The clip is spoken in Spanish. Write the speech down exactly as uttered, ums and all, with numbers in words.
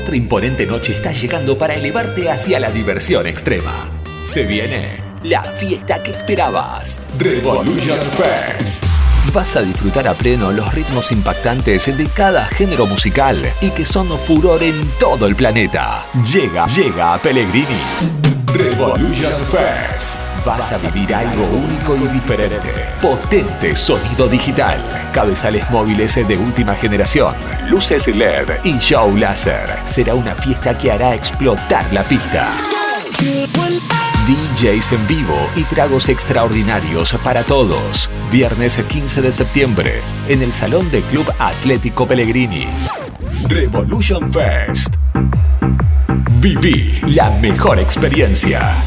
Otra imponente noche está llegando para elevarte hacia la diversión extrema. Se viene la fiesta que esperabas, Revolution Fest. Vas a disfrutar a pleno los ritmos impactantes de cada género musical y que son furor en todo el planeta. Llega, llega a Pellegrini. Revolution Fest. Vas a vivir algo único y diferente. Potente sonido digital, cabezales móviles de última generación, luces L E D y show láser. Será una fiesta que hará explotar la pista. D Js en vivo y tragos extraordinarios para todos. Viernes quince de septiembre en el Salón de Club Atlético Pellegrini. Revolution Fest. Viví la mejor experiencia.